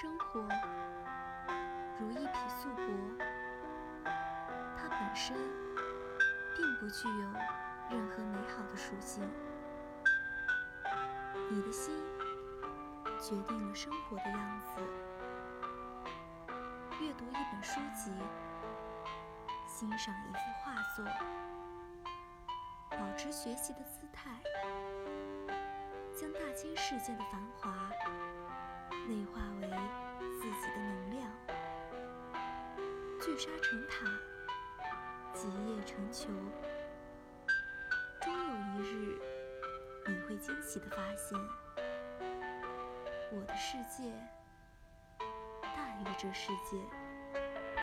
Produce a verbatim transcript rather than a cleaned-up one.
生活如一匹素帛，它本身并不具有任何美好的属性。你的心决定了生活的样子。阅读一本书籍，欣赏一幅画作，保持学习的姿态，将大千世界的繁华内化为自己的能量，聚沙成塔，集腋成裘。终有一日，你会惊喜地发现，我的世界大于这世界。